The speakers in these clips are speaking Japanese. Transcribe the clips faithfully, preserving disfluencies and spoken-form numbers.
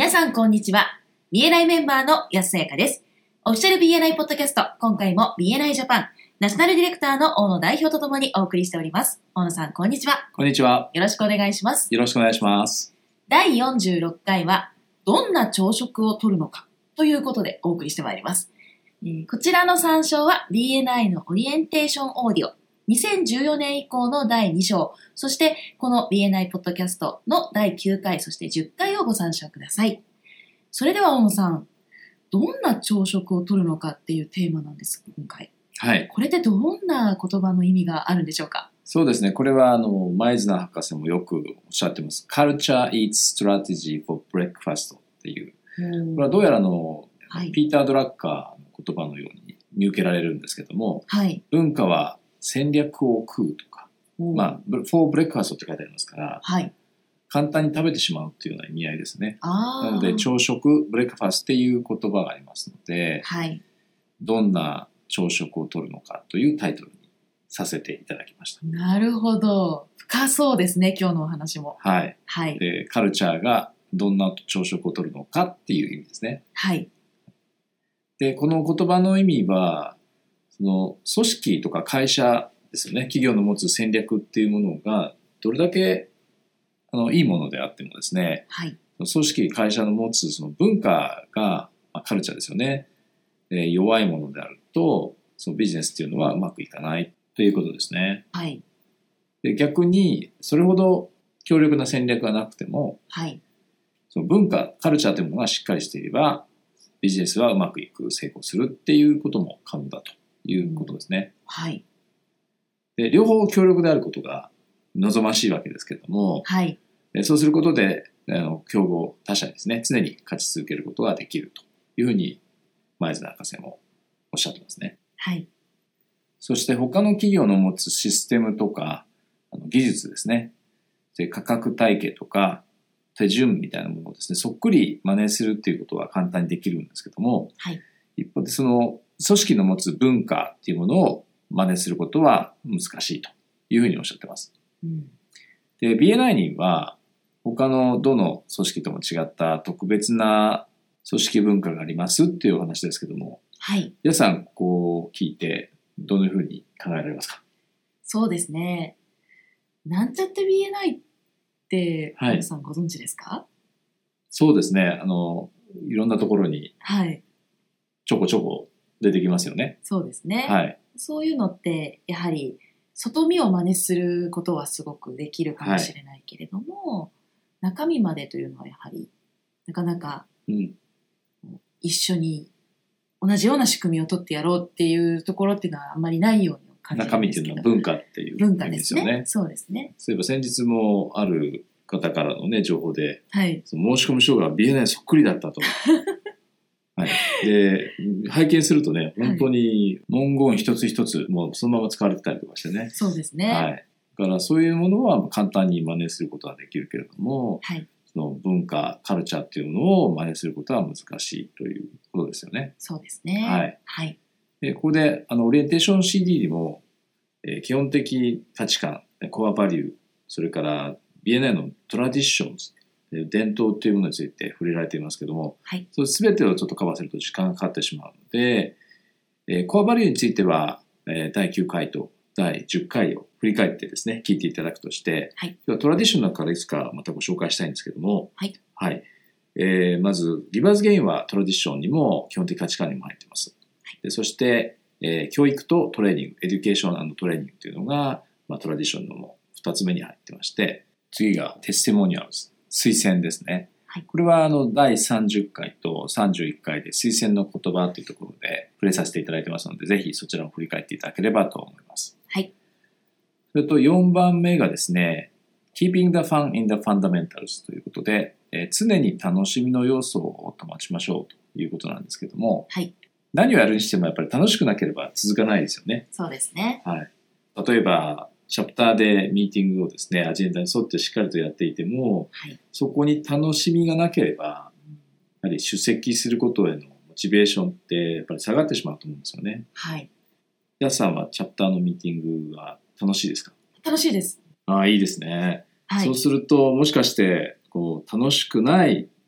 皆さんこんにちは。ビーエヌアイ メンバーの安彩香です。オフィシャル ビーエヌアイ ポッドキャスト、今回も ビーエヌアイ ジャパンナショナルディレクターの大野代表とともにお送りしております。大野さん、こんにちは。 こんにちは。 よろしくお願いします。 よろしくお願いします。 だいよんじゅうろっかいは、どんな朝食をとるのかということでお送りしてまいります。えー、こちらの参照は ビーエヌアイ のオリエンテーションオーディオ。にせんじゅうよねん以降のだいに章、そしてこの ビーエヌアイ ポッドキャストのだいきゅうかい、そしてじゅっかいをご参照ください。それでは大野さん、どんな朝食をとるのかっていうテーマなんです、今回。 はい。 これってどんな言葉の意味があるんでしょうか？ そうですね。これはあの前綱博士もよくおっしゃってます。Culture Eats Strategy for Breakfast っていう。これはどうやらの、はい、ピーター・ドラッカーの言葉のように見受けられるんですけども、はい、文化は戦略を食うとか、まあ、for breakfast って書いてありますから、はい、簡単に食べてしまうっていうような意味合いですね。なので朝食、ブレックファストっていう言葉がありますので、はい、どんな朝食をとるのかというタイトルにさせていただきました。 なるほど。深そうですね、今日のお話も。 はい。はい、でカルチャーがどんな朝食をとるのかっていう意味ですね。はい。で、この言葉の意味は、その組織とか会社ですよね。企業の持つ戦略っていうものがどれだけあのいいものであってもですね、はい、組織会社の持つその文化が、まあ、カルチャーですよね、えー、弱いものであるとそのビジネスっていうのはうまくいかないということですね。はい、で逆にそれほど強力な戦略がなくても、はい、その文化カルチャーというものがしっかりしていればビジネスはうまくいく成功するっていうことも可能だということですね。うん、はい、で両方強力であることが望ましいわけですけれども、はい、そうすることであの競合他社にですね常に勝ち続けることができるというふうに前綱博士もおっしゃってますね。はい、そして他の企業の持つシステムとかあの技術ですね、で価格体系とか手順みたいなものをですねそっくり真似するっていうことは簡単にできるんですけども、はい、一方でその組織の持つ文化っていうものを真似することは難しいというふうにおっしゃってます。うん、で ビーエヌアイ には他のどの組織とも違った特別な組織文化がありますっていうお話ですけども、はい、皆さんこう聞いてどのように考えられますか？ そうですね。なんちゃって ビーエヌアイ って皆さんご存知ですか？はい、 そうですね。あのいろんなところにちょこちょこ出てきますよね。 そうですね。はい、そういうのってやはり外見を真似することはすごくできるかもしれないけれども、はい、中身までというのはやはりなかなか一緒に同じような仕組みを取ってやろうっていうところっていうのはあんまりないように感じるんですけど。 中身っていうのは文化っていう意味ですよね。 文化ですね。そうですね。 そういえば先日もある方からのね情報で、はい、その申込書が ビーエヌアイ そっくりだったと。はい、で拝見するとね本当に文言一つ一つもうそのまま使われてたりとかしてね。 そうですね。 はい、だからそういうものは簡単に真似することはできるけれども、はい、その文化カルチャーっていうのを真似することは難しいということですよね。 そうですね。 はい。 はい、 でここであのオリエンテーション シーディー にも、えー、基本的価値観コアバリューそれから ビーエヌアイ のトラディションズ伝統というものについて触れられていますけども、はい、それ全てをちょっとカバーすると時間がかかってしまうので、えー、コアバリューについては、えー、だいきゅうかいとだいじゅっかいを振り返ってですね聞いていただくとして、はい、今日はトラディショナルからいくつかまたご紹介したいんですけども、はいはい、えー、まずギバーズゲインはトラディションにも基本的価値観にも入っています。はい、でそして、えー、教育とトレーニングエデュケーション&トレーニングというのが、まあ、トラディションのもふたつめに入ってまして、次がテスティモニアルズ推薦ですね。はい、これはあのだいさんじゅっかいとさんじゅういっかいで推薦の言葉というところで触れさせていただいてますので、ぜひそちらを振り返っていただければと思います。はい。それとよんばんめがですね、Keeping the fun in the fundamentals ということで、えー、常に楽しみの要素を保ちましょうということなんですけども、はい、何をやるにしてもやっぱり楽しくなければ続かないですよね。 そうですね。 はい。例えばチャプターでミーティングをですね、アジェンダに沿ってしっかりとやっていても、はい、そこに楽しみがなければ、やはり出席することへのモチベーションってやっぱり下がってしまうと思うんですよね。はい。やすさんはチャプターのミーティングは楽しいですか？ 楽しいです。 ああ、いいですね。はい、そうすると、もしかして、こう、楽しくない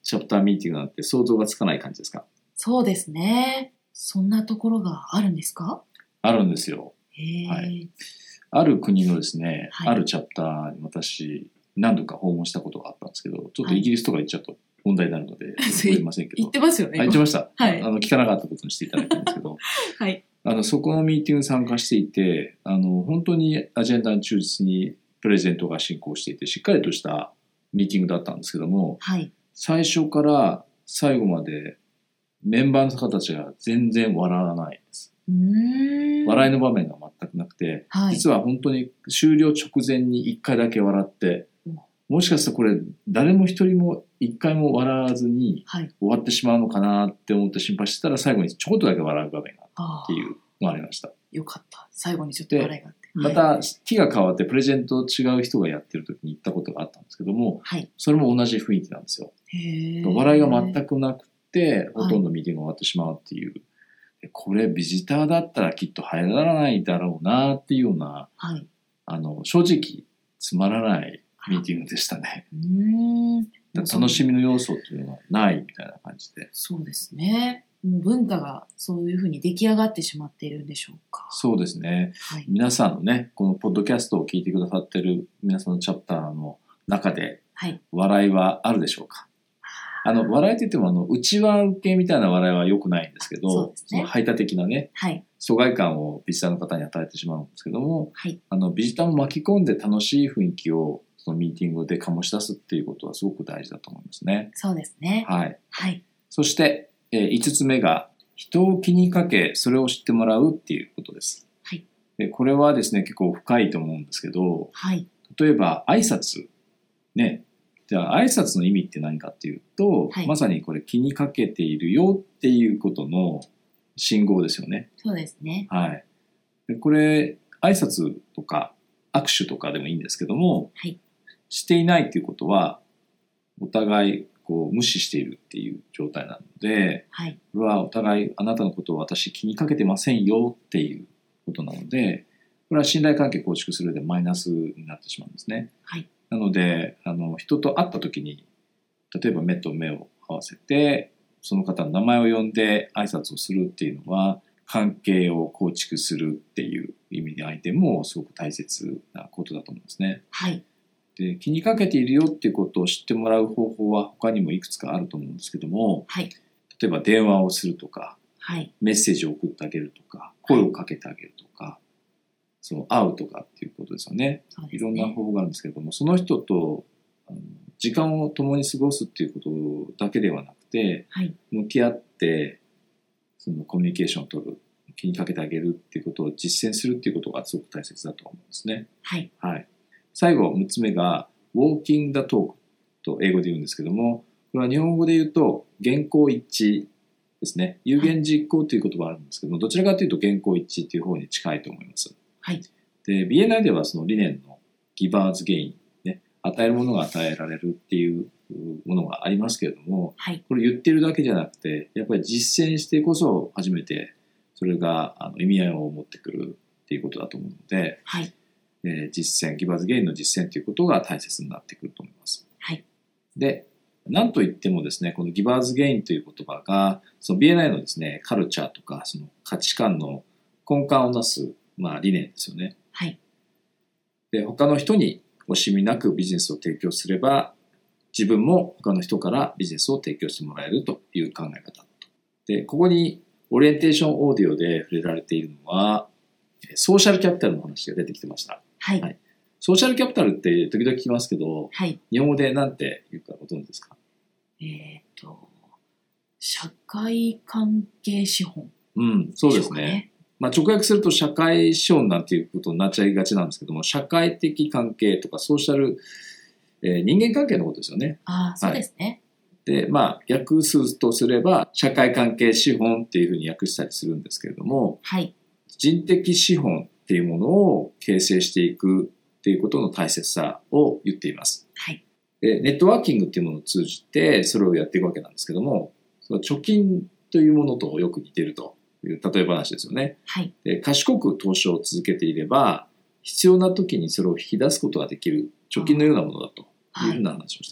チャプターミーティングなんて想像がつかない感じですか？ そうですね。そんなところがあるんですか？ あるんですよ。 へー、 はい、ある国のですね、 はい、 あるチャプターに私何度か訪問したことがあったんですけど、ちょっとイギリスとか行っちゃうと問題になるので、言いませんけど。 言ってますよね。 言ってました。 はい、 あの聞かなかったことにしていただいたんですけど、 はい、 あのそこのミーティングに参加していて、あの本当にアジェンダに忠実にプレゼントが進行していて、しっかりとしたミーティングだったんですけども、 はい、 最初から最後までメンバーの方たちが全然笑わないです。 うーん、 笑いの場面が全くなくて、はい、実は本当に終了直前にいっかいだけ笑って、うん、もしかしたらこれ誰も一人もいっかいも笑わずに終わってしまうのかなって思って心配してたら、最後にちょこっとだけ笑う場面があったっていうのがありました。 よかった。最後にちょっと笑いがあって。 また日が変わってプレゼント違う人がやってる時に行ったことがあったんですけども、 はい、 それも同じ雰囲気なんですよ。 へー、 笑いが全くなくてほとんどミーティングが終わってしまうっていう、はい、これビジターだったらきっと入らないだろうなっていうような、はい、あの正直つまらないミーティングでしたね。 うーん、 楽しみの要素っていうのはないみたいな感じで。 そうですね。もう文化がそういうふうに出来上がってしまっているんでしょうか。 そうですね、はい、皆さんのねこのポッドキャストを聞いてくださってる皆さんのチャプターの中で笑いはあるでしょうか？はい、あの笑いといってもあの内輪受けみたいな笑いは良くないんですけど、そうですね、その排他的なね、はい、疎外感をビジターの方に与えてしまうんですけども、はい、あのビジターも巻き込んで楽しい雰囲気をそのミーティングで醸し出すっていうことはすごく大事だと思いますね。 そうですね。 はい。 はい、 そして、えー、いつつめが人を気にかけそれを知ってもらうっていうことです。はい、でこれはですね結構深いと思うんですけど、はい、例えば挨拶ね、じゃあ挨拶の意味って何かっていうと、はい、まさにこれ気にかけているよっていうことの信号ですよね。 そうですね。 はい。でこれ挨拶とか握手とかでもいいんですけども、はい、していないっていうことはお互いこう無視しているっていう状態なので、はい、これはお互いあなたのことを私気にかけてませんよっていうことなので、これは信頼関係構築する上でマイナスになってしまうんですね。はい、なのであの人と会った時に例えば目と目を合わせてその方の名前を呼んで挨拶をするっていうのは関係を構築するっていう意味においてもすごく大切なことだと思うんですね。はい、で気にかけているよっていうことを知ってもらう方法は他にもいくつかあると思うんですけども、はい、例えば電話をするとか、はい、メッセージを送ってあげるとか声をかけてあげるとか、はい、その会うとかっていうことですよね。そうですね。いろんな方法があるんですけれども、その人とあの時間を共に過ごすっていうことだけではなくて、はい、向き合ってそのコミュニケーションを取る、気にかけてあげるっていうことを実践するっていうことがすごく大切だと思うんですね。はい。はい。最後むっつめが Walking the Talk と英語で言うんですけども、これは日本語で言うと言行一致ですね。有言実行という言葉があるんですけども、どちらかというと言行一致という方に近いと思います。はい。で、ビーエヌアイ ではその理念の Giver's Gain、ね、与えるものが与えられるっていうものがありますけれども、はい、これ言ってるだけじゃなくてやっぱり実践してこそ初めてそれがあの意味合いを持ってくるっていうことだと思うので、はい、えー、実践、ギバーズゲインの実践ということが大切になってくると思います。はい、で、なんといってもですね、このギバーズゲインという言葉がその ビーエヌアイ のですね、カルチャーとかその価値観の根幹をなす、まあ、理念ですよね。はい、で、他の人に惜しみなくビジネスを提供すれば自分も他の人からビジネスを提供してもらえるという考え方。で、ここにオリエンテーションオーディオで触れられているのはソーシャルキャピタルの話が出てきてました。はいはい、ソーシャルキャピタルって時々聞きますけど、はい、日本語で何て言うかご存知ですか？ えっと社会関係資本、 うん、そうですね。まあ、直訳すると社会資本なんていうことになっちゃいがちなんですけども、社会的関係とかソーシャル、えー、人間関係のことですよね。 ああ、そうですね。 はい、で、まあ、訳すとすれば社会関係資本っていうふうに訳したりするんですけれども、はい、人的資本っていうものを形成していくっていうことの大切さを言っています。はい、でネットワーキングっていうものを通じてそれをやっていくわけなんですけども、その貯金というものとよく似ているという例え話ですよね。はい、で賢く投資を続けていれば必要な時にそれを引き出すことができる貯金のようなものだというふうな話をしています。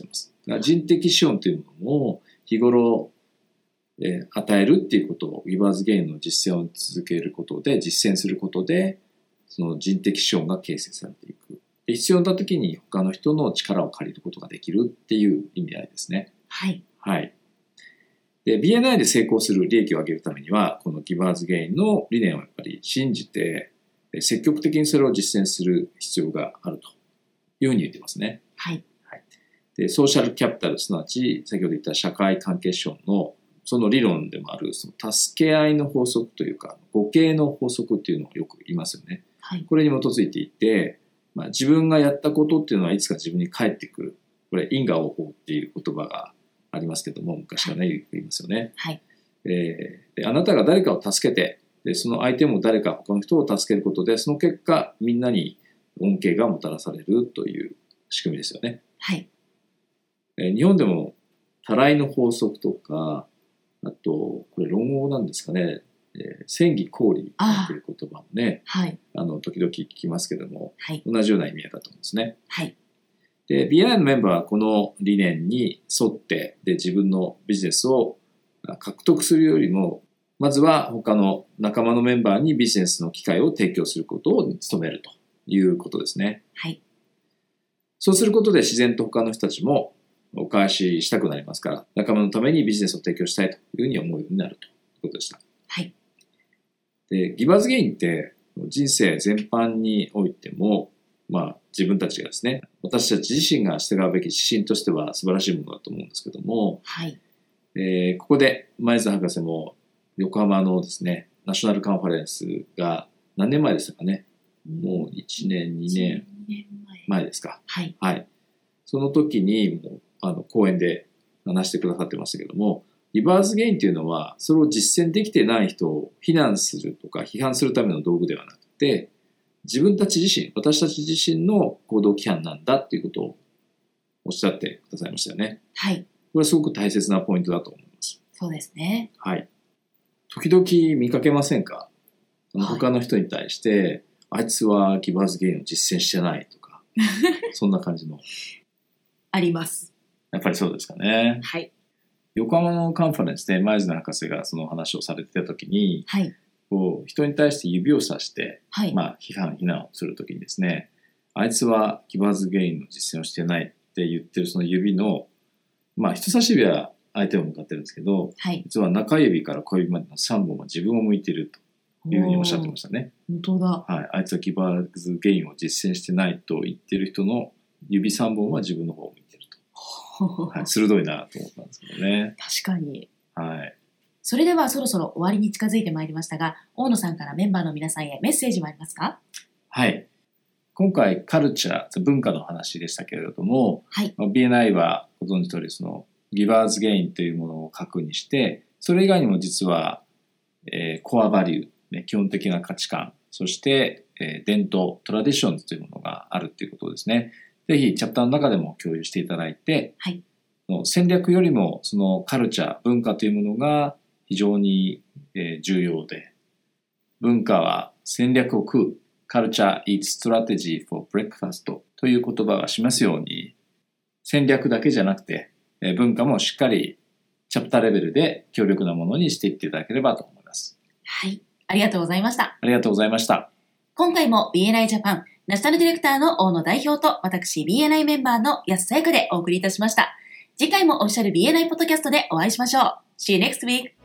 人的資本というものを日頃、えー、与えるっていうことをギバーズゲインの実践を続けることで実践することでその人的資本が形成されていく。で必要な時に他の人の力を借りることができるっていう意味合いですね。 はい。 はい。で ビーエヌアイ で成功する利益を上げるためにはこのギバーズゲインの理念をやっぱり信じて積極的にそれを実践する必要があるというふうに言ってますね。 はい。 はい、でソーシャルキャピタル、すなわち先ほど言った社会関係資本のその理論でもあるその助け合いの法則というか互恵の法則っていうのをよく言いますよね。 はい、 これに基づいていて、まあ、自分がやったことっていうのはいつか自分に返ってくる。これ因果応報っていう言葉がありますけども昔からね、はい、言いますよね。 はい、 えー、であなたが誰かを助けてでその相手も誰か他の人を助けることでその結果みんなに恩恵がもたらされるという仕組みですよね。 はい、 えー、日本でもたらいの法則とかあとこれ論語なんですかね、えー、戦技公理という言葉もねあ,、はい、 あの時々聞きますけども、 はい、 同じような意味だと思うんですね。 はい、 で ビーエヌアイ のメンバーはこの理念に沿ってで自分のビジネスを獲得するよりもまずは他の仲間のメンバーにビジネスの機会を提供することを努めるということですね。 はい、 そうすることで自然と他の人たちもお返ししたくなりますから仲間のためにビジネスを提供したいというふうに思うようになるということでした。 はい、 でギバーズゲインって人生全般においてもまあ自分たちがですね私たち自身が従うべき指針としては素晴らしいものだと思うんですけども、 はい、 えー、ここで前津博士も横浜のですねナショナルカンファレンスが何年前でしたかね、もういちねんにねんまえですか。 はい、 はい、その時にもうあの講演で話してくださってましたけどもギバーズゲインというのはそれを実践できてない人を非難するとか批判するための道具ではなくて自分たち自身私たち自身の行動規範なんだっていうことをおっしゃってくださいましたよね。 はい、 これはすごく大切なポイントだと思います。 そうですね。 はい。時々見かけませんか？他の人に対して、はい、あいつはギバーズゲインを実践してないとかそんな感じのあります。 やっぱりそうですかね。 はい。 横浜のカンファレンスで前津博士がその話をされてた時に、 はい、 こう人に対して指をさして、 はいまあ、批判非難をする時にですねあいつはギバーズゲインの実践をしてないって言ってるその指の、まあ、人差し指は相手を向かってるんですけど、 はい、 実は中指から小指までのさんぼんは自分を向いているというふうにおっしゃってましたね。 本当だ。 はい、あいつはギバーズゲインを実践してないと言ってる人の指さんぼんは自分の方を向いていると、はい、鋭いなと思ったんですけどね。 確かに。 はい。 それではそろそろ終わりに近づいてまいりましたが、大野さんからメンバーの皆さんへメッセージはありますか？ はい。今回カルチャー、文化の話でしたけれども、 はい、 ビーエヌアイ はご存知通りそのギバーズゲインというものを核にして、それ以外にも実は、えー、コアバリュー、ね、基本的な価値観、そして、えー、伝統、トラディションズというものがあるということですね。ぜひチャプターの中でも共有していただいて、 はい、 戦略よりもそのカルチャー、文化というものが非常に重要で、文化は戦略を食う、Culture eats strategy for breakfast という言葉がしますように、戦略だけじゃなくて文化もしっかりチャプターレベルで強力なものにしていっていただければと思います。 はい、ありがとうございました。 ありがとうございました。 今回も ビーエヌアイ ジャパンナショナルディレクターの大野代表と私 ビーエヌアイ メンバーの安さやかでお送りいたしました。次回もオフィシャル ビーエヌアイ ポッドキャストでお会いしましょう。See you next week!